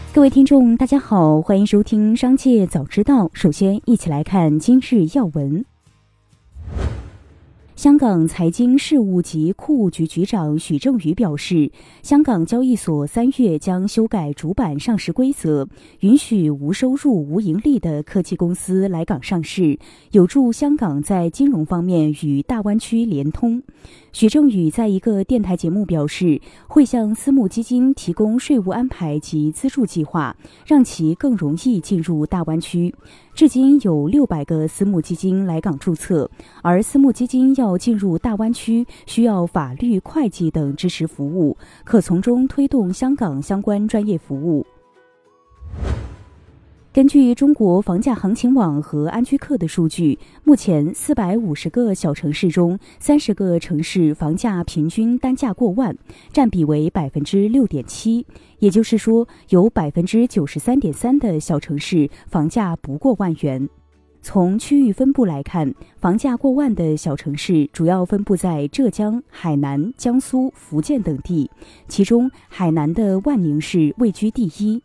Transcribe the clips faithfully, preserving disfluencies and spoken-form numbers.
各位听众大家好，欢迎收听商界早知道。首先一起来看今日要闻。香港财经事务及库务局局长许正宇表示，香港交易所三月将修改主板上市规则，允许无收入无盈利的科技公司来港上市，有助香港在金融方面与大湾区联通。许正宇在一个电台节目表示，会向私募基金提供税务安排及资助计划，让其更容易进入大湾区。至今有六百个私募基金来港注册，而私募基金要进入大湾区需要法律、会计等支持服务，可从中推动香港相关专业服务。根据中国房价行情网和安居客的数据，目前四百五十个小城市中，三十个城市房价平均单价过万，占比为 百分之六点七。也就是说，有 百分之九十三点三 的小城市房价不过万元。从区域分布来看，房价过万的小城市主要分布在浙江、海南、江苏、福建等地，其中海南的万宁市位居第一。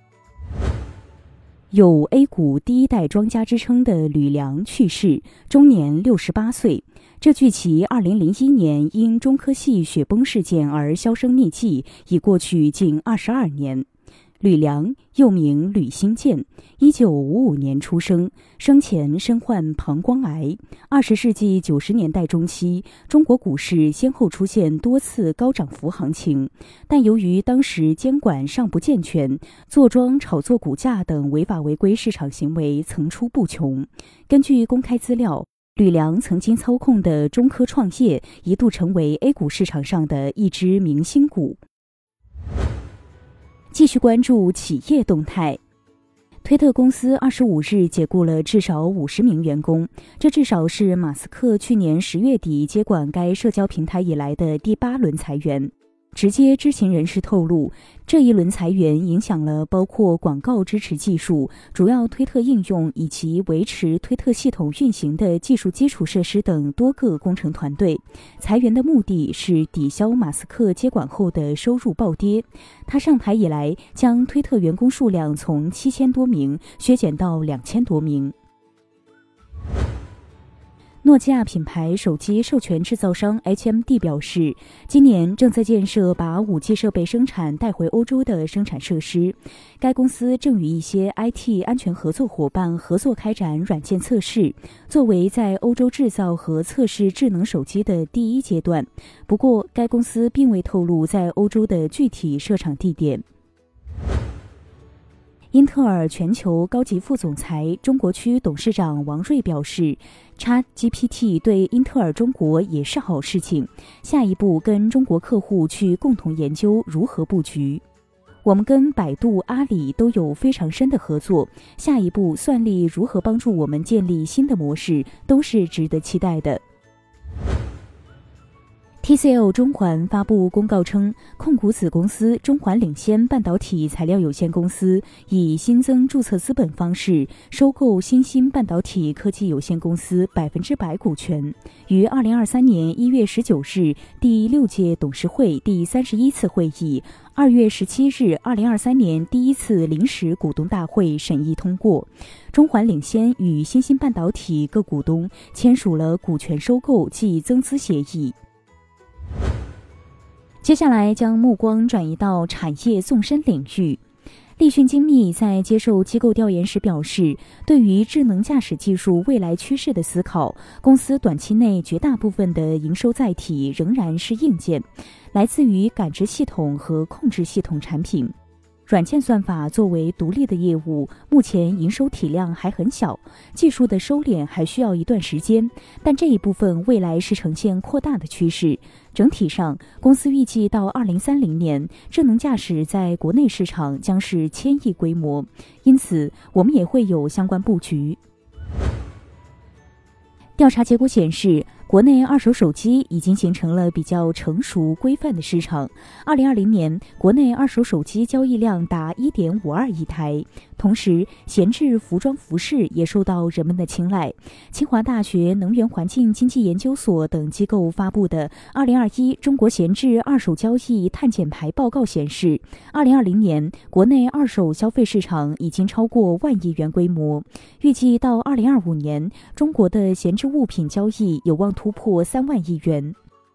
有 A 股第一代庄家之称的吕梁去世，终年六十八岁。这距其二零零一年因中科系雪崩事件而销声匿迹，已过去近二十二年。吕梁又名吕新建，一九五五年出生，生前身患膀胱癌。二十世纪九十年代中期，中国股市先后出现多次高涨幅行情，但由于当时监管尚不健全，坐庄炒作股价等违法违规市场行为层出不穷。根据公开资料，吕梁曾经操控的中科创业一度成为 A 股市场上的一只明星股。继续关注企业动态。推特公司二十五日解雇了至少五十名员工，这至少是马斯克去年十月底接管该社交平台以来的第八轮裁员。直接知情人士透露，这一轮裁员影响了包括广告支持技术、主要推特应用以及维持推特系统运行的技术基础设施等多个工程团队。裁员的目的是抵消马斯克接管后的收入暴跌。他上台以来，将推特员工数量从七千多名削减到两千多名。诺基亚品牌手机授权制造商 H M D 表示，今年正在建设把 五 G 设备生产带回欧洲的生产设施。该公司正与一些 I T 安全合作伙伴合作开展软件测试，作为在欧洲制造和测试智能手机的第一阶段。不过，该公司并未透露在欧洲的具体设厂地点。英特尔全球高级副总裁、中国区董事长王瑞表示， ChatGPT 对英特尔中国也是好事情，下一步跟中国客户去共同研究如何布局。我们跟百度、阿里都有非常深的合作，下一步算力如何帮助我们建立新的模式，都是值得期待的。T C L 中环发布公告称，控股子公司中环领先半导体材料有限公司以新增注册资本方式收购新兴半导体科技有限公司百分之百股权，于二零二三年一月十九日第六届董事会第三十一次会议、二月十七日二零二三年第一次临时股东大会审议通过。中环领先与新兴半导体各股东签署了股权收购暨增资协议。接下来将目光转移到产业纵深领域。立讯精密在接受机构调研时表示，对于智能驾驶技术未来趋势的思考，公司短期内绝大部分的营收载体仍然是硬件，来自于感知系统和控制系统产品。软件算法作为独立的业务，目前营收体量还很小，技术的收敛还需要一段时间，但这一部分未来是呈现扩大的趋势。整体上，公司预计到二零三零年，智能驾驶在国内市场将是千亿规模，因此我们也会有相关布局。调查结果显示， 国内二手手机已经形成了比较成熟规范的市场。二零二零年，国内二手手机交易量达 一点五二亿台。同时，闲置服装服饰也受到人们的青睐。清华大学能源环境经济研究所等机构发布的《二零二一中国闲置二手交易碳减排报告》显示，二零二零年国内二手消费市场已经超过万亿元规模。预计到二零二五年，中国的闲置物品交易有望突破三万亿元。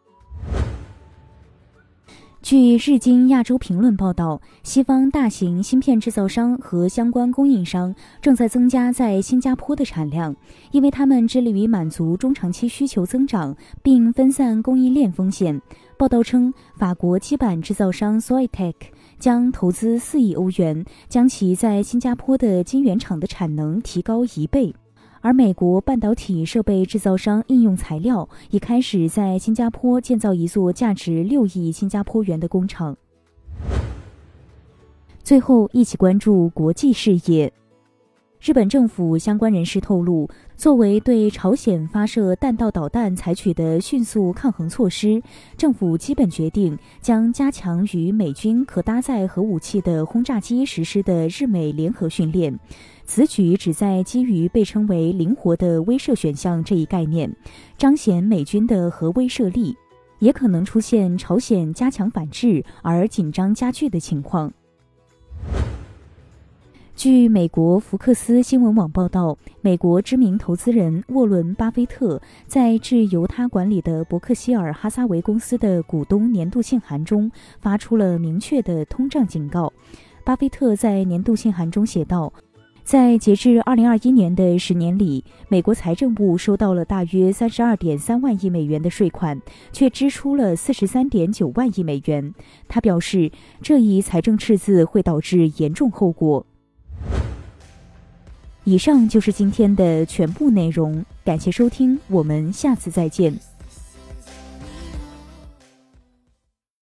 据日经亚洲评论报道，西方大型芯片制造商和相关供应商正在增加在新加坡的产量，因为他们致力于满足中长期需求增长，并分散供应链风险。报道称，法国基板制造商 Soitec 将投资四亿欧元，将其在新加坡的晶圆厂的产能提高一倍。而美国半导体设备制造商应用材料已开始在新加坡建造一座价值六亿新加坡元的工厂。最后，一起关注国际视野。日本政府相关人士透露，作为对朝鲜发射弹道导弹采取的迅速抗衡措施，政府基本决定将加强与美军可搭载核武器的轰炸机实施的日美联合训练。此举旨在基于被称为灵活的威慑选项这一概念，彰显美军的核威慑力，也可能出现朝鲜加强反制而紧张加剧的情况。据美国福克斯新闻网报道，美国知名投资人沃伦·巴菲特在致由他管理的伯克希尔哈撒韦公司的股东年度信函中发出了明确的通胀警告。巴菲特在年度信函中写道，在截至二零二一年的十年里，美国财政部收到了大约三十二点三万亿美元的税款，却支出了四十三点九万亿美元。他表示，这一财政赤字会导致严重后果。以上就是今天的全部内容，感谢收听，我们下次再见。